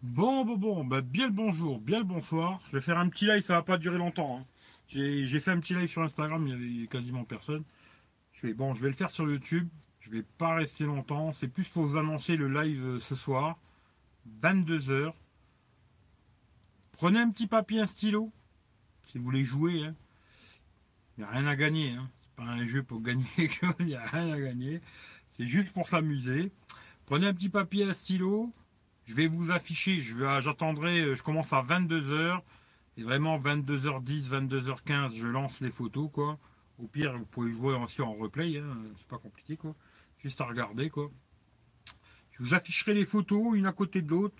Bon, bien le bonjour, bien le bonsoir. Je vais faire un petit live, ça va pas durer longtemps, hein. J'ai fait un petit live sur Instagram, il y avait quasiment personne. Je vais le faire sur YouTube. Je vais pas rester longtemps. C'est plus pour vous annoncer le live ce soir, 22 heures. Prenez un petit papier, un stylo, si vous voulez jouer, hein. Il n'y a rien à gagner, hein. C'est pas un jeu pour gagner quelque chose, il n'y a rien à gagner. C'est juste pour s'amuser. Prenez un petit papier, un stylo. Je vais vous afficher, j'attendrai, je commence à 22 heures. Et vraiment 22h10, 22h15, je lance les photos, quoi. Au pire, vous pouvez jouer aussi en replay, hein. C'est pas compliqué, quoi. Juste à regarder, quoi. Je vous afficherai les photos, une à côté de l'autre,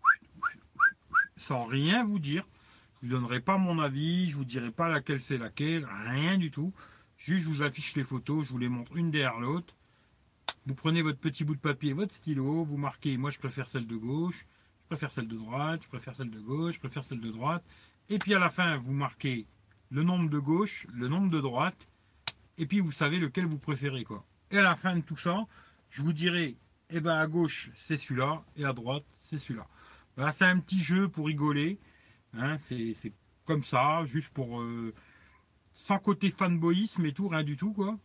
sans rien vous dire. Je vous donnerai pas mon avis, je vous dirai pas laquelle c'est laquelle, rien du tout. Juste, je vous affiche les photos, je vous les montre une derrière l'autre. Vous prenez votre petit bout de papier, votre stylo, vous marquez, moi je préfère celle de gauche, je préfère celle de droite, je préfère celle de gauche, je préfère celle de droite. Et puis à la fin, vous marquez le nombre de gauche, le nombre de droite, et puis vous savez lequel vous préférez, quoi. Et à la fin de tout ça, je vous dirai, eh ben à gauche c'est celui-là, et à droite c'est celui-là. Voilà, c'est un petit jeu pour rigoler, hein, c'est comme ça, juste pour sans côté fanboyisme et tout, rien du tout, quoi.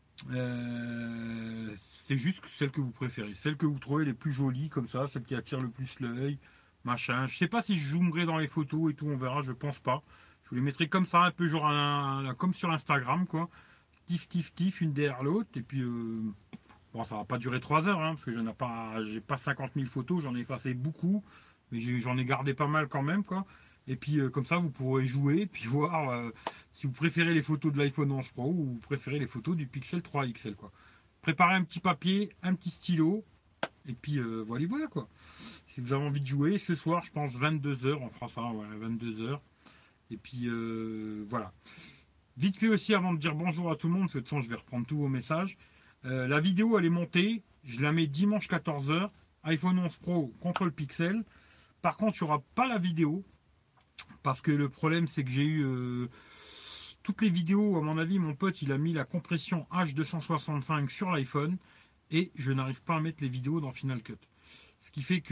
C'est juste celle que vous préférez, celle que vous trouvez les plus jolies comme ça, celle qui attire le plus l'œil, machin. Je sais pas si je zoomerai dans les photos et tout, on verra, je pense pas. Je vous les mettrai comme ça, un peu genre comme sur Instagram, quoi. Tif, tif, tif, une derrière l'autre, et puis bon, ça va pas durer 3 heures, hein, parce que j'ai pas 50 000 photos, j'en ai effacé beaucoup, mais j'en ai gardé pas mal quand même, quoi. Et puis comme ça, vous pourrez jouer, puis voir si vous préférez les photos de l'iPhone 11 Pro ou vous préférez les photos du Pixel 3 XL, quoi. Préparez un petit papier, un petit stylo, et puis voilà, quoi. Si vous avez envie de jouer, ce soir, je pense 22 heures, on fera ça, voilà, 22 heures. Et puis voilà. Vite fait aussi, avant de dire bonjour à tout le monde, parce que de toute façon, je vais reprendre tous vos messages. La vidéo, elle est montée. Je la mets dimanche 14 heures. iPhone 11 Pro contre le Pixel. Par contre, il n'y aura pas la vidéo. Parce que le problème, c'est que j'ai eu toutes les vidéos. À mon avis, mon pote, il a mis la compression H265 sur l'iPhone. Et je n'arrive pas à mettre les vidéos dans Final Cut. Ce qui fait que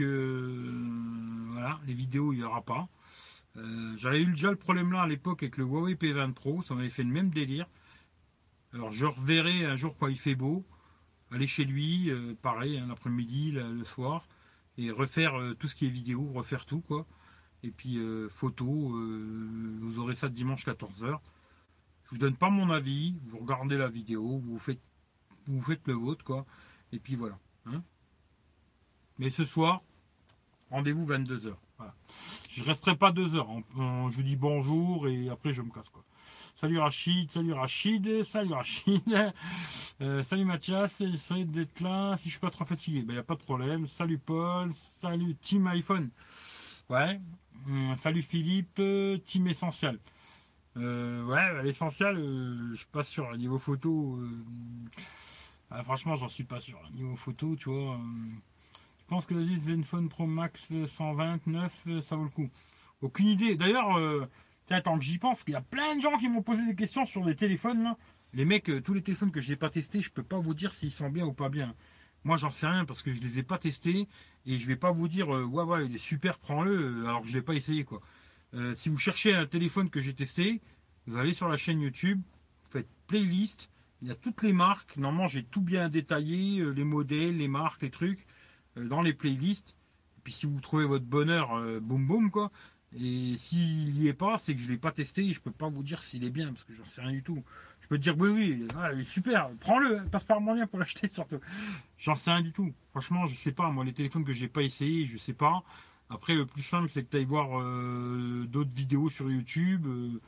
voilà, les vidéos, il n'y aura pas. J'avais eu déjà le problème là à l'époque avec le Huawei P20 Pro. Ça m'avait fait le même délire. Alors je reverrai un jour quand il fait beau, aller chez lui, pareil, un après-midi, le soir, et refaire tout ce qui est vidéo, refaire tout, quoi. Et puis photo, vous aurez ça dimanche 14 heures. Je vous donne pas mon avis, vous regardez la vidéo, vous faites le vôtre, quoi. Et puis voilà, hein. Mais ce soir, rendez-vous 22 heures. Voilà. Je resterai pas 2 heures, je vous dis bonjour et après je me casse, quoi. Salut Rachid, salut Rachid, salut Rachid. Salut Mathias, j'essaie d'être là si je suis pas trop fatigué. Ben y a pas de problème. Salut Paul, salut Team iPhone. Ouais. Salut Philippe, Team Essentiel. Ouais, l'essentiel, je suis pas sûr. Niveau photo, franchement, j'en suis pas sûr. Niveau photo, tu vois, je pense que le Zenfone Pro Max 129, ça vaut le coup. Aucune idée. D'ailleurs, tiens, tant que j'y pense, qu'il y a plein de gens qui m'ont posé des questions sur les téléphones, là. Les mecs, tous les téléphones que je n'ai pas testés, je peux pas vous dire s'ils sont bien ou pas bien. Moi, j'en sais rien parce que je les ai pas testés et je vais pas vous dire ouais, il est super, prends-le, alors que je l'ai pas essayé, quoi. Si vous cherchez un téléphone que j'ai testé, vous allez sur la chaîne YouTube, vous faites playlist, il y a toutes les marques. Normalement, j'ai tout bien détaillé, les modèles, les marques, les trucs, dans les playlists. Et puis si vous trouvez votre bonheur, boum boum, quoi. Et s'il n'y est pas, c'est que je ne l'ai pas testé et je peux pas vous dire s'il est bien parce que j'en sais rien du tout. Je peux te dire oui, il est super, prends-le, passe par mon lien pour l'acheter surtout. J'en sais rien du tout. Franchement, je sais pas. Moi, les téléphones que j'ai pas essayé, je sais pas. Après, le plus simple, c'est que tu ailles voir d'autres vidéos sur YouTube.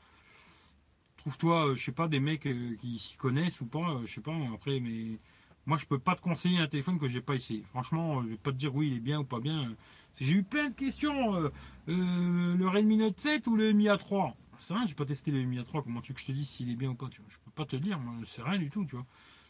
Trouve-toi, je sais pas, des mecs qui s'y connaissent ou pas, je sais pas. Après, mais moi, je peux pas te conseiller un téléphone que j'ai pas essayé. Franchement, je vais pas te dire oui, il est bien ou pas bien. J'ai eu plein de questions. Le Redmi Note 7 ou le Mi A3. C'est vrai, j'ai pas testé le Mi A3. Comment tu veux que je te dise s'il est bien ou pas, tu vois. Je peux pas te dire, moi, c'est rien du tout, tu vois.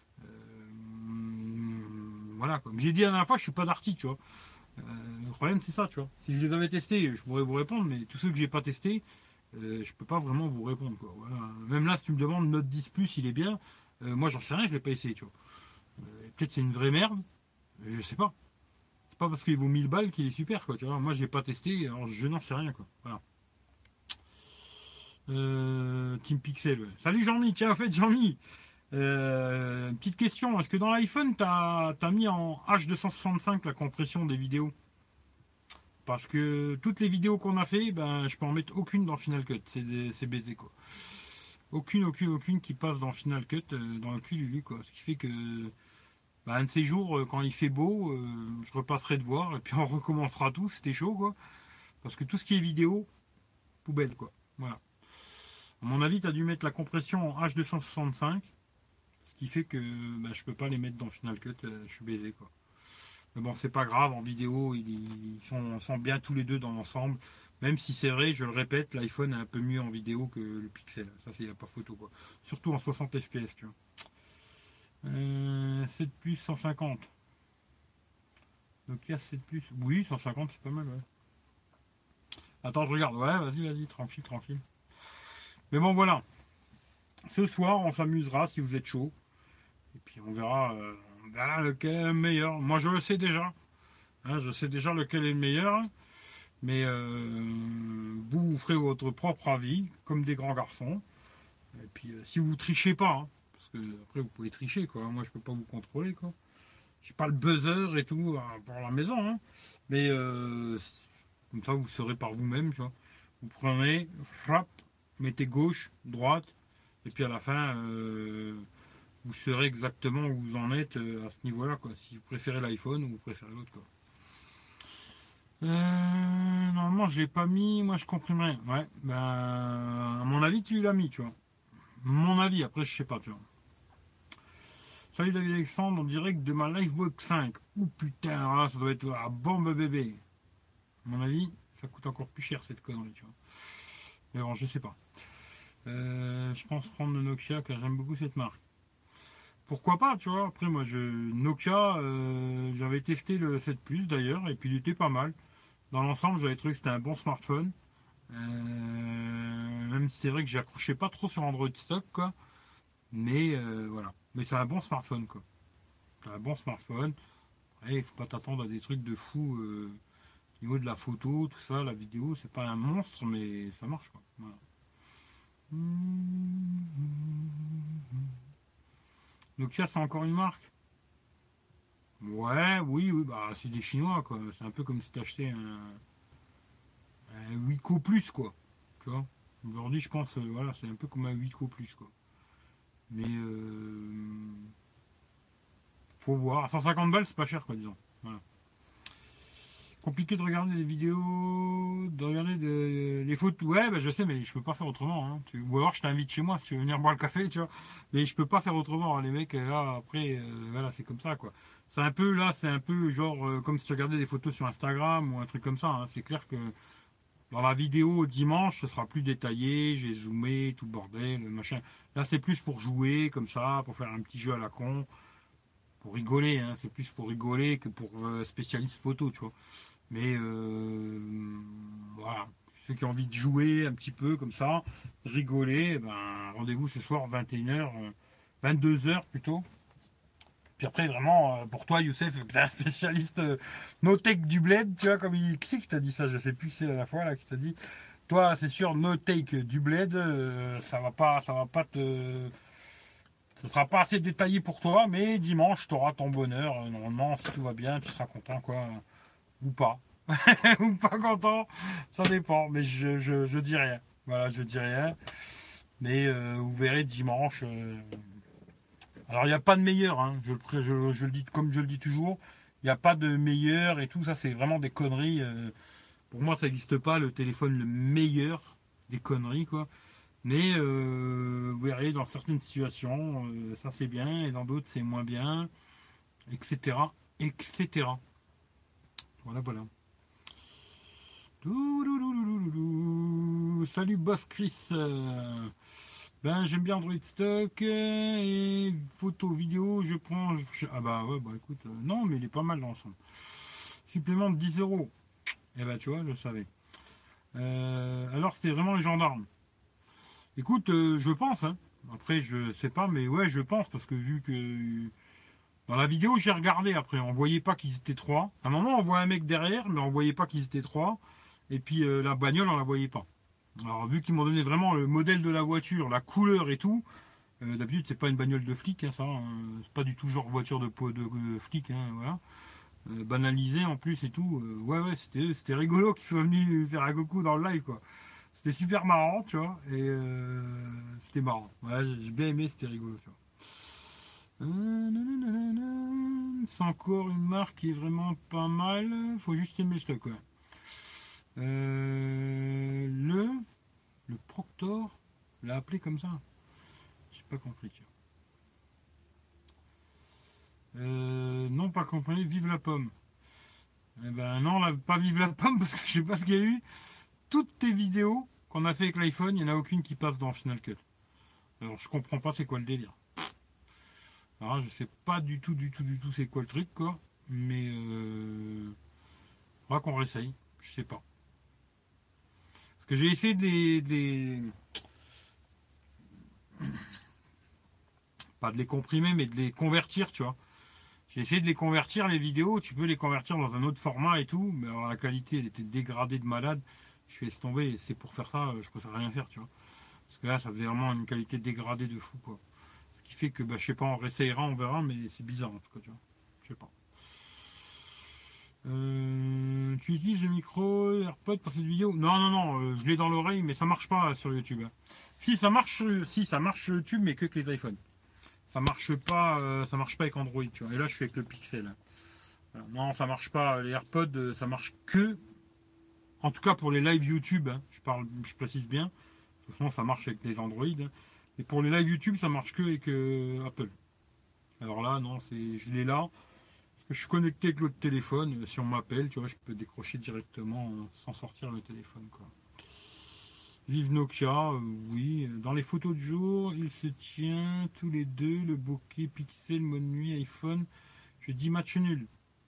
Voilà, comme j'ai dit la dernière fois, je suis pas d'arty, tu vois. Le problème, c'est ça, tu vois. Si je les avais testés, je pourrais vous répondre, mais tous ceux que j'ai pas testés, je peux pas vraiment vous répondre, quoi. Voilà. Même là, si tu me demandes Note 10 Plus, il est bien, moi j'en sais rien, je l'ai pas essayé, tu vois. Peut-être c'est une vraie merde, je sais pas. pas parce qu'il vaut 1000 balles qu'il est super, quoi. Tu vois, moi, je l'ai pas testé, alors je n'en sais rien, quoi. Voilà. Team Pixel, ouais. Salut Jean-Mi, tiens, en fait, Jean-Mi, petite question, est-ce que dans l'iPhone, t'as mis en H265 la compression des vidéos? Parce que toutes les vidéos qu'on a fait, ben, je peux en mettre aucune dans Final Cut, c'est baisé, quoi. Aucune qui passe dans Final Cut, dans le cul Lulu, quoi. Ce qui fait que, ben, un de ces jours, quand il fait beau, je repasserai de voir, et puis on recommencera tout, c'était chaud, quoi. Parce que tout ce qui est vidéo, poubelle, quoi. Voilà. À mon avis, tu as dû mettre la compression en H265, ce qui fait que bah, je peux pas les mettre dans Final Cut, je suis baisé, quoi. Mais bon, c'est pas grave, en vidéo, sont bien tous les deux dans l'ensemble. Même si c'est vrai, je le répète, l'iPhone est un peu mieux en vidéo que le Pixel. Ça, c'est pas photo, quoi. Surtout en 60 fps, tu vois. 7 plus 150. Nokia 7 plus. Oui, 150, c'est pas mal, ouais. Attends, je regarde. Ouais, vas-y, tranquille. Mais bon, voilà. Ce soir, on s'amusera si vous êtes chaud. Et puis on verra lequel est le meilleur. Moi, je le sais déjà. Hein, je sais déjà lequel est le meilleur. Mais vous ferez votre propre avis, comme des grands garçons. Et puis, si vous trichez pas, hein, parce que après vous pouvez tricher, quoi. Moi, je peux pas vous contrôler, quoi. J'ai pas le buzzer et tout pour la maison, hein. Mais comme ça, vous saurez par vous-même, tu vois. Vous prenez, frappe, mettez gauche, droite, et puis à la fin, vous saurez exactement où vous en êtes à ce niveau-là, quoi. Si vous préférez l'iPhone ou vous préférez l'autre, quoi. Normalement, je l'ai pas mis, moi je comprime rien. Ouais, ben, à mon avis, tu l'as mis, tu vois. Mon avis, après, je sais pas, tu vois. Salut David Alexandre, en direct de ma Livebox 5. Ouh putain, alors là, ça doit être la bombe bébé. À mon avis, ça coûte encore plus cher cette connerie, tu vois. Mais bon, je sais pas. Je pense prendre le Nokia car j'aime beaucoup cette marque. Pourquoi pas, tu vois. Après, moi, Nokia, j'avais testé le 7 Plus d'ailleurs, et puis il était pas mal. Dans l'ensemble, j'avais trouvé que c'était un bon smartphone. Même si c'est vrai que j'accrochais pas trop sur Android stock, quoi. Mais voilà. Mais c'est un bon smartphone, quoi. C'est un bon smartphone. Après, il faut pas t'attendre à des trucs de fou au niveau de la photo, tout ça, la vidéo. C'est pas un monstre, mais ça marche, quoi. Voilà. Nokia, c'est encore une marque? Ouais, oui, bah c'est des Chinois, quoi. C'est un peu comme si t'achetais un Wiko Plus, quoi. Tu vois. Aujourd'hui, je pense, voilà, c'est un peu comme un Wiko Plus, quoi. Mais faut voir. À 150 balles, c'est pas cher, quoi, disons. Voilà. Compliqué de regarder des vidéos, de regarder les photos. Ouais, bah, je sais, mais je peux pas faire autrement. Hein. Ou alors je t'invite chez moi si tu veux venir boire le café, tu vois. Mais je peux pas faire autrement. Hein. Les mecs, là, après, voilà, c'est comme ça, quoi. C'est un peu, là, c'est un peu genre comme si tu regardais des photos sur Instagram ou un truc comme ça. Hein. C'est clair que dans la vidéo dimanche, ce sera plus détaillé. J'ai zoomé, tout le bordel, le machin. Là, c'est plus pour jouer, comme ça, pour faire un petit jeu à la con. Pour rigoler, hein. C'est plus pour rigoler que pour spécialiste photo, tu vois. Mais voilà, ceux qui ont envie de jouer un petit peu comme ça, rigoler, ben, rendez-vous ce soir 21h, 22h plutôt. Puis après, vraiment, pour toi, Youssef, tu es un spécialiste no-take du bled, tu vois, comme qui c'est qui t'a dit ça? Je sais plus, c'est à la fois là qui t'a dit. Toi, c'est sûr, no-take du bled, ça va pas te. Ça sera pas assez détaillé pour toi, mais dimanche, tu auras ton bonheur. Normalement, si tout va bien, tu seras content, quoi. Ou pas. Ou pas content, ça dépend, mais je dis rien. Voilà, je dis rien. Mais vous verrez dimanche. Alors, il n'y a pas de meilleur, hein. Je le dis comme je le dis toujours. Il n'y a pas de meilleur et tout ça, c'est vraiment des conneries. Pour moi, ça n'existe pas, le téléphone le meilleur des conneries, quoi. Mais vous verrez, dans certaines situations, ça c'est bien, et dans d'autres, c'est moins bien, etc. etc. Voilà. Salut Boss Chris. Ben j'aime bien Android Stock et photo vidéo je prends. Ah bah ouais bah écoute non mais il est pas mal dans l'ensemble. Supplément de 10 euros. Eh ben tu vois je savais. Alors c'était vraiment les gendarmes. Écoute je pense hein. Après je sais pas mais ouais je pense parce que vu que Dans la vidéo, j'ai regardé après, on voyait pas qu'ils étaient trois. À un moment, on voit un mec derrière, mais on voyait pas qu'ils étaient trois. Et puis la bagnole, on la voyait pas. Alors vu qu'ils m'ont donné vraiment le modèle de la voiture, la couleur et tout, d'habitude c'est pas une bagnole de flic, hein, ça, c'est pas du tout genre voiture de flic, hein, voilà. Banalisé en plus et tout. Ouais ouais, c'était rigolo qu'ils soient venus faire un coucou dans le live quoi. C'était super marrant, tu vois, et c'était marrant. Ouais, j'ai bien aimé, c'était rigolo, tu vois. C'est encore une marque qui est vraiment pas mal. Faut juste aimer le stock, ouais. Le Proctor l'a appelé comme ça. J'ai pas compris, tiens. Non, pas compris. Vive la pomme. Eh ben non, là, pas vive la pomme parce que je sais pas ce qu'il y a eu. Toutes tes vidéos qu'on a fait avec l'iPhone, il n'y en a aucune qui passe dans Final Cut. Alors je comprends pas c'est quoi le délire. Alors je sais pas du tout c'est quoi le truc quoi. Mais faudra qu'on réessaye. Je sais pas. Parce que j'ai essayé pas de les comprimer mais de les convertir, tu vois. J'ai essayé de les convertir les vidéos, tu peux les convertir dans un autre format et tout, mais alors la qualité elle était dégradée de malade. Je suis laisse tomber, c'est pour faire ça, je préfère rien faire, tu vois. Parce que là ça faisait vraiment une qualité dégradée de fou quoi. Ce qui fait que bah, je sais pas, on réessayera, on verra, mais c'est bizarre en tout cas, tu vois. Je sais pas. Tu utilises le micro AirPod pour cette vidéo? Non, non, non, je l'ai dans l'oreille, mais ça marche pas sur YouTube, hein. Si ça marche sur YouTube, mais que les iPhones. Ça marche pas avec Android, tu vois. Et là, je suis avec le Pixel, hein. Voilà. Non, ça marche pas. Les AirPods, ça marche que, en tout cas pour les live YouTube, hein. Je précise bien. De toute façon, ça marche avec les Android, hein. Et pour les live YouTube, ça marche que avec Apple. Alors là, non, je l'ai là. Je suis connecté avec l'autre téléphone. Si on m'appelle, tu vois, je peux décrocher directement sans sortir le téléphone, quoi. Vive Nokia, oui. Dans les photos de jour, il se tient tous les deux, le bokeh, Pixel, mode nuit, iPhone. Je dis match nul.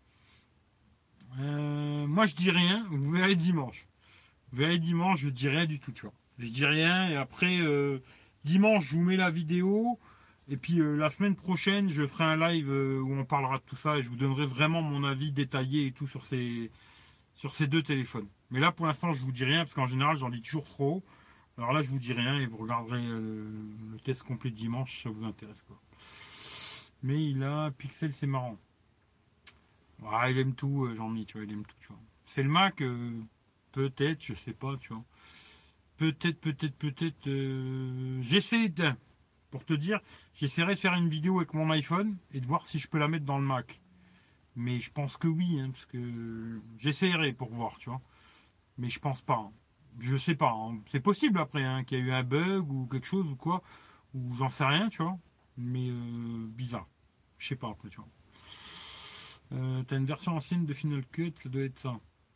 Moi, je dis rien. Vous verrez dimanche. Vous verrez dimanche, je dis rien du tout, tu vois. Je dis rien et après, dimanche, je vous mets la vidéo. Et puis la semaine prochaine, je ferai un live où on parlera de tout ça et je vous donnerai vraiment mon avis détaillé et tout sur ces deux téléphones. Mais là, pour l'instant, je vous dis rien parce qu'en général, j'en dis toujours trop. Alors là, je vous dis rien et vous regarderez le test complet de dimanche si ça vous intéresse, quoi. Mais il a Pixel, c'est marrant. Ah, il aime tout, Jean-Mi, tu vois, il aime tout, tu vois. C'est le Mac, peut-être, je sais pas, tu vois. Peut-être. J'essaie de, pour te dire, j'essaierai de faire une vidéo avec mon iPhone et de voir si je peux la mettre dans le Mac. Mais je pense que oui, hein, parce que j'essaierai pour voir, tu vois. Mais je pense pas, hein. Je sais pas, hein. C'est possible après, hein, qu'il y a eu un bug ou quelque chose ou quoi, ou j'en sais rien, tu vois. Mais bizarre. Je sais pas après, tu vois. T'as une version ancienne de Final Cut, ça doit être ça.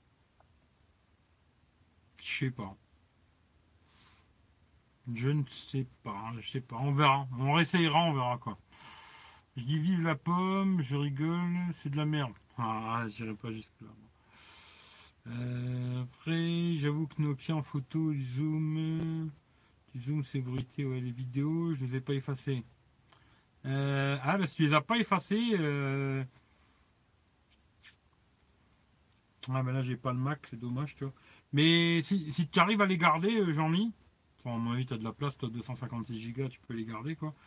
Je sais pas. Je ne sais pas, je sais pas. On verra. On réessayera, on verra quoi. Je dis vive la pomme, je rigole, c'est de la merde. Ah, j'irai pas jusque-là. Après, j'avoue que Nokia en photo, du zoom, c'est bruité, ouais, les vidéos, je les ai pas effacées. Bah si tu les as pas effacées, ah, ben là, j'ai pas le Mac, c'est dommage, tu vois. Mais si tu arrives à les garder, Jean-Mi, enfin, à mon avis, tu as de la place, tu as 256 Go, tu peux les garder, quoi.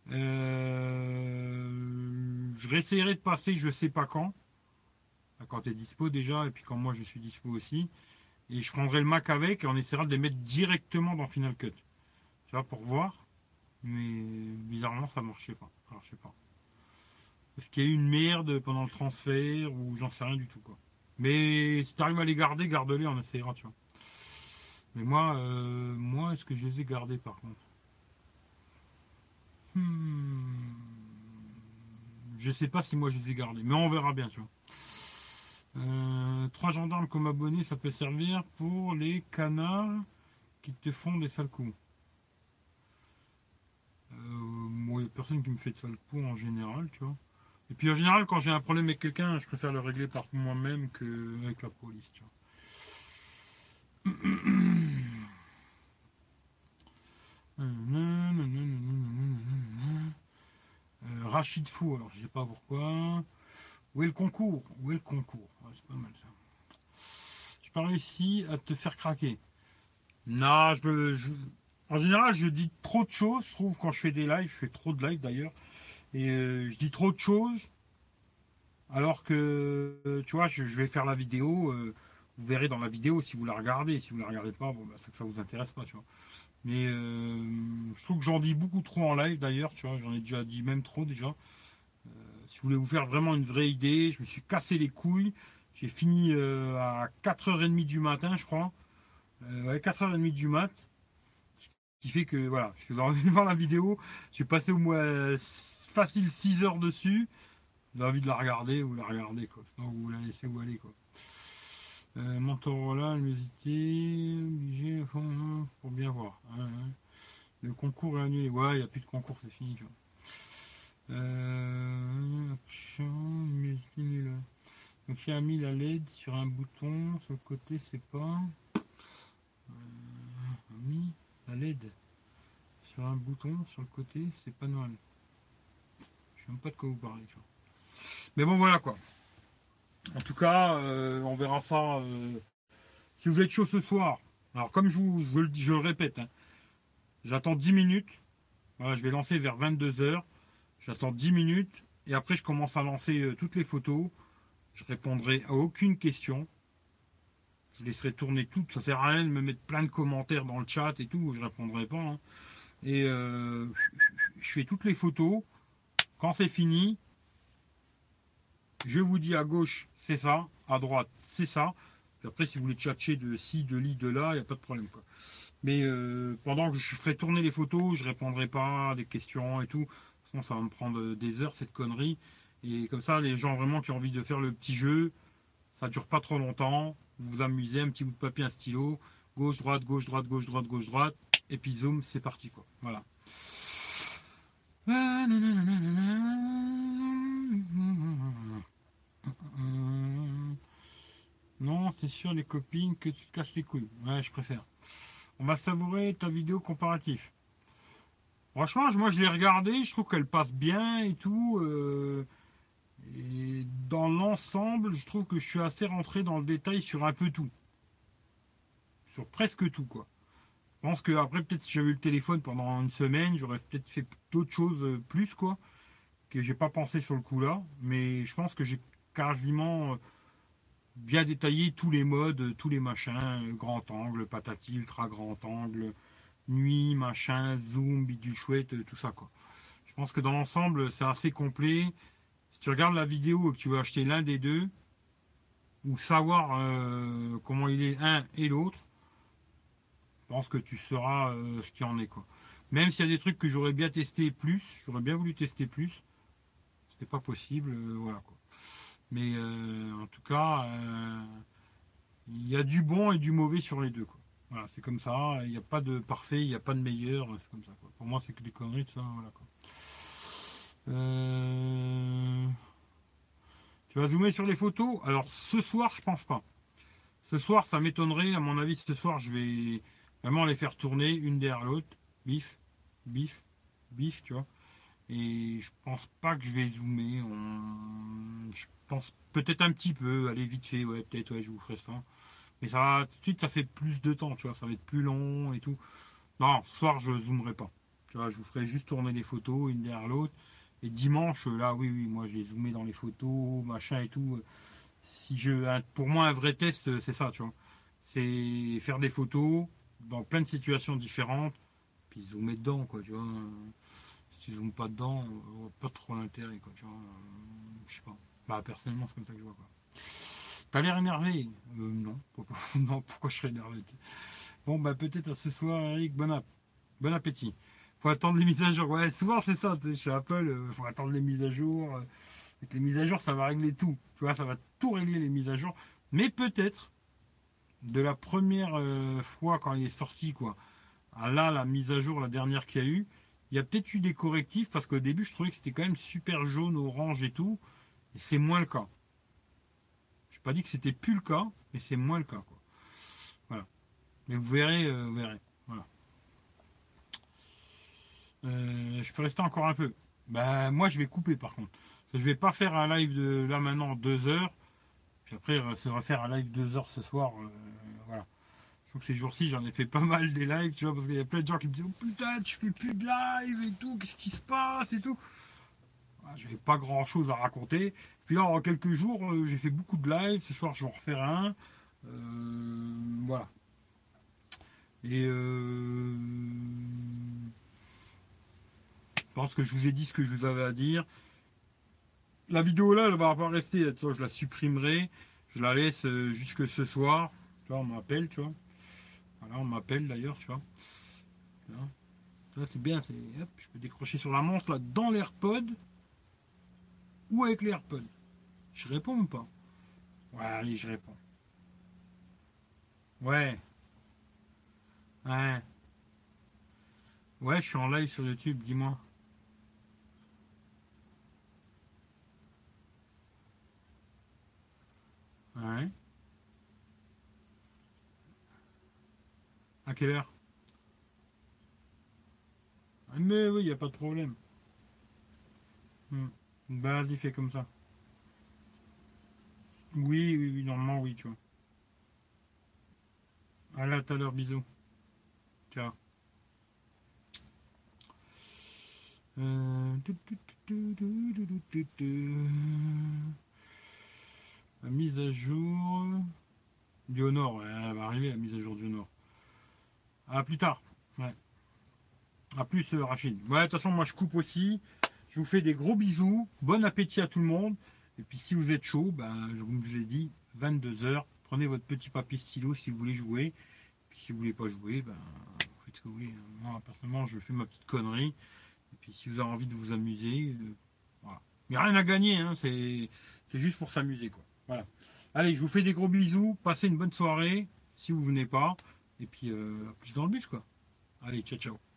Je réessayerai de passer, je sais pas quand tu es dispo déjà, et puis quand moi je suis dispo aussi. Et je prendrai le Mac avec, et on essaiera de les mettre directement dans Final Cut. Tu vois, pour voir. Mais bizarrement, ça marchait pas. Alors, je sais pas. Est-ce qu'il y a eu une merde pendant le transfert, ou j'en sais rien du tout, quoi. Mais si tu arrives à les garder, garde-les, on essaiera, tu vois. Mais moi, est-ce que je les ai gardés par contre? Je sais pas si moi je les ai gardés, mais on verra bien, tu vois. 3 gendarmes comme abonnés, ça peut servir pour les canards qui te font des sales coups. Moi, il n'y a personne qui me fait de sales coups en général, tu vois. Et puis en général, quand j'ai un problème avec quelqu'un, je préfère le régler par moi-même qu'avec la police, tu vois. Rachid Fou, alors je sais pas pourquoi. Où est le concours? Où est le concours? Ouais, c'est pas mal ça. J'ai pas réussi à te faire craquer. Non, en général, je dis trop de choses, je trouve, quand je fais des lives. Je fais trop de lives d'ailleurs. Et je dis trop de choses. Alors que, tu vois, je vais faire la vidéo. Vous verrez dans la vidéo si vous la regardez. Si vous la regardez pas, bon, bah, c'est que ça vous intéresse pas, tu vois. Mais je trouve que j'en dis beaucoup trop en live d'ailleurs, tu vois. J'en ai déjà dit même trop déjà. Si vous voulez vous faire vraiment une vraie idée, je me suis cassé les couilles. J'ai fini à 4h30 du matin, je crois. Ouais, 4h30 du mat. Qui fait que, voilà, je vous envie de voir la vidéo. J'ai passé au moins facile 6 heures dessus. Vous avez envie de la regarder, vous la regardez, quoi. Sinon, vous la laissez où aller, quoi. Motorola, luminosité, obligé, pour bien voir. Ouais, ouais. Le concours est annulé. Ouais, il n'y a plus de concours, c'est fini, tu vois. Action, luminosité nulle. Donc j'ai mis la LED sur un bouton, sur le côté, c'est pas. Mis la LED sur un bouton, sur le côté, c'est pas normal. Je sais même pas de quoi vous parlez, tu vois. Mais bon, voilà quoi. En tout cas, on verra ça. Si vous êtes chaud ce soir, alors comme je le répète, hein, j'attends 10 minutes. Voilà, je vais lancer vers 22h. J'attends 10 minutes. Et après, je commence à lancer toutes les photos. Je répondrai à aucune question. Je laisserai tourner tout. Ça sert à rien de me mettre plein de commentaires dans le chat et tout. Je répondrai pas. Hein. Et je fais toutes les photos. Quand c'est fini, je vous dis à gauche, c'est ça. À droite, c'est ça. Puis après, si vous voulez tchatcher de ci, de li, de là, il n'y a pas de problème, quoi. Mais pendant que je ferai tourner les photos, je répondrai pas à des questions et tout. Sinon, ça va me prendre des heures, cette connerie. Et comme ça, les gens vraiment qui ont envie de faire le petit jeu, ça dure pas trop longtemps. Vous vous amusez, un petit bout de papier, un stylo, gauche, droite, gauche, droite, gauche, droite, gauche, droite, et puis zoom, c'est parti, quoi. Voilà. Non, c'est sûr, les copines, que tu te casses les couilles. Ouais, je préfère. On va savourer ta vidéo comparative. Franchement, moi je l'ai regardée, je trouve qu'elle passe bien et tout. Et dans l'ensemble, je trouve que je suis assez rentré dans le détail sur un peu tout. Sur presque tout, quoi. Je pense qu'après, peut-être si j'avais eu le téléphone pendant une semaine, j'aurais peut-être fait d'autres choses plus, quoi, que j'ai pas pensé sur le coup là. Mais je pense que j'ai quasiment bien détaillé tous les modes, tous les machins, grand angle, patati, ultra grand angle, nuit, machin, zoom, bidule chouette, tout ça, quoi. Je pense que dans l'ensemble, c'est assez complet. Si tu regardes la vidéo et que tu veux acheter l'un des deux, ou savoir comment il est un et l'autre, je pense que tu sauras ce qu'il en est, quoi. Même s'il y a des trucs que j'aurais bien testé plus, j'aurais bien voulu tester plus, c'était pas possible, voilà, quoi. Mais en tout cas, il y a du bon et du mauvais sur les deux, quoi. Voilà, c'est comme ça, il n'y a pas de parfait, il n'y a pas de meilleur, c'est comme ça, quoi. Pour moi, c'est que des conneries, tout ça, voilà, quoi. Tu vas zoomer sur les photos? Alors, ce soir, je pense pas. Ce soir, ça m'étonnerait. À mon avis, ce soir, je vais vraiment les faire tourner une derrière l'autre. Bif, bif, bif, tu vois. Et je pense pas que je vais zoomer. Je pense peut-être un petit peu, aller vite fait, ouais, peut-être, ouais, je vous ferai ça. Mais ça va, tout de suite, ça fait plus de temps, tu vois, ça va être plus long et tout. Non, ce soir, je zoomerai pas. Tu vois, je vous ferai juste tourner les photos, une derrière l'autre. Et dimanche, là, oui, oui, moi, j'ai zoomé dans les photos, machin et tout. Si pour moi, un vrai test, c'est ça, tu vois. C'est faire des photos dans plein de situations différentes, puis zoomer dedans, quoi, tu vois. Si tu zoomes pas dedans, on voit pas trop l'intérêt, quoi, tu vois. Je sais pas. Bah, personnellement, c'est comme ça que je vois, quoi. T'as l'air énervé? Non. Pourquoi, non, pourquoi je serais énervé? Bon, bah, peut-être à ce soir, Eric, bon appétit. Faut attendre les mises à jour. Ouais, souvent, c'est ça, tu sais, chez Apple, faut attendre les mises à jour. Avec les mises à jour, ça va régler tout. Tu vois, ça va tout régler les mises à jour. Mais peut-être, de la première fois quand il est sorti, quoi, à là, la mise à jour, la dernière qu'il y a eu, il y a peut-être eu des correctifs parce qu'au début, je trouvais que c'était quand même super jaune, orange et tout. Et c'est moins le cas. Je n'ai pas dit que c'était plus le cas, mais c'est moins le cas, quoi. Voilà. Mais vous verrez, vous verrez. Voilà. Je peux rester encore un peu. Ben, moi, je vais couper par contre. Je vais pas faire un live de là maintenant 2 heures. Puis après, ça va faire un live 2 heures ce soir. Voilà. Je trouve que ces jours-ci, j'en ai fait pas mal des lives, tu vois, parce qu'il y a plein de gens qui me disent: oh putain, tu fais plus de live et tout, qu'est-ce qui se passe et tout. J'avais pas grand-chose à raconter. Puis là, en quelques jours, j'ai fait beaucoup de lives. Ce soir, je vais en refaire un. Voilà. Et je pense que je vous ai dit ce que je vous avais à dire. La vidéo là, elle va pas rester. Je la supprimerai. Je la laisse jusque ce soir. Tu vois, on m'appelle, tu vois. Voilà, on m'appelle d'ailleurs, tu vois. Là, c'est bien. Hop, je peux décrocher sur la montre là, dans l'AirPod ou avec l'AirPod. Je réponds ou pas? Ouais, allez, je réponds. Ouais, ouais, ouais, je suis en live sur YouTube. Dis-moi. Ouais. À quelle heure? Ah, mais oui, il n'y a pas de problème. Hmm. Bah, vas-y, fais comme ça. Oui, oui, oui, normalement, oui, tu vois. Allez, à tout à l'heure, bisous. Ciao. La mise à jour du Honor, ouais, elle va arriver la mise à jour du Honor. À plus tard. Ouais. À plus, Rachid. Ouais, de toute façon, moi je coupe aussi. Je vous fais des gros bisous. Bon appétit à tout le monde. Et puis si vous êtes chaud, ben, je vous ai dit 22 heures. Prenez votre petit papier stylo si vous voulez jouer. Puis si vous voulez pas jouer, ben, vous faites ce que vous voulez. Moi, personnellement, je fais ma petite connerie. Et puis si vous avez envie de vous amuser, voilà. Mais rien à gagner, hein, c'est juste pour s'amuser, quoi. Voilà. Allez, je vous fais des gros bisous. Passez une bonne soirée, si vous venez pas. Et puis, à plus dans le bus, quoi. Allez, ciao, ciao.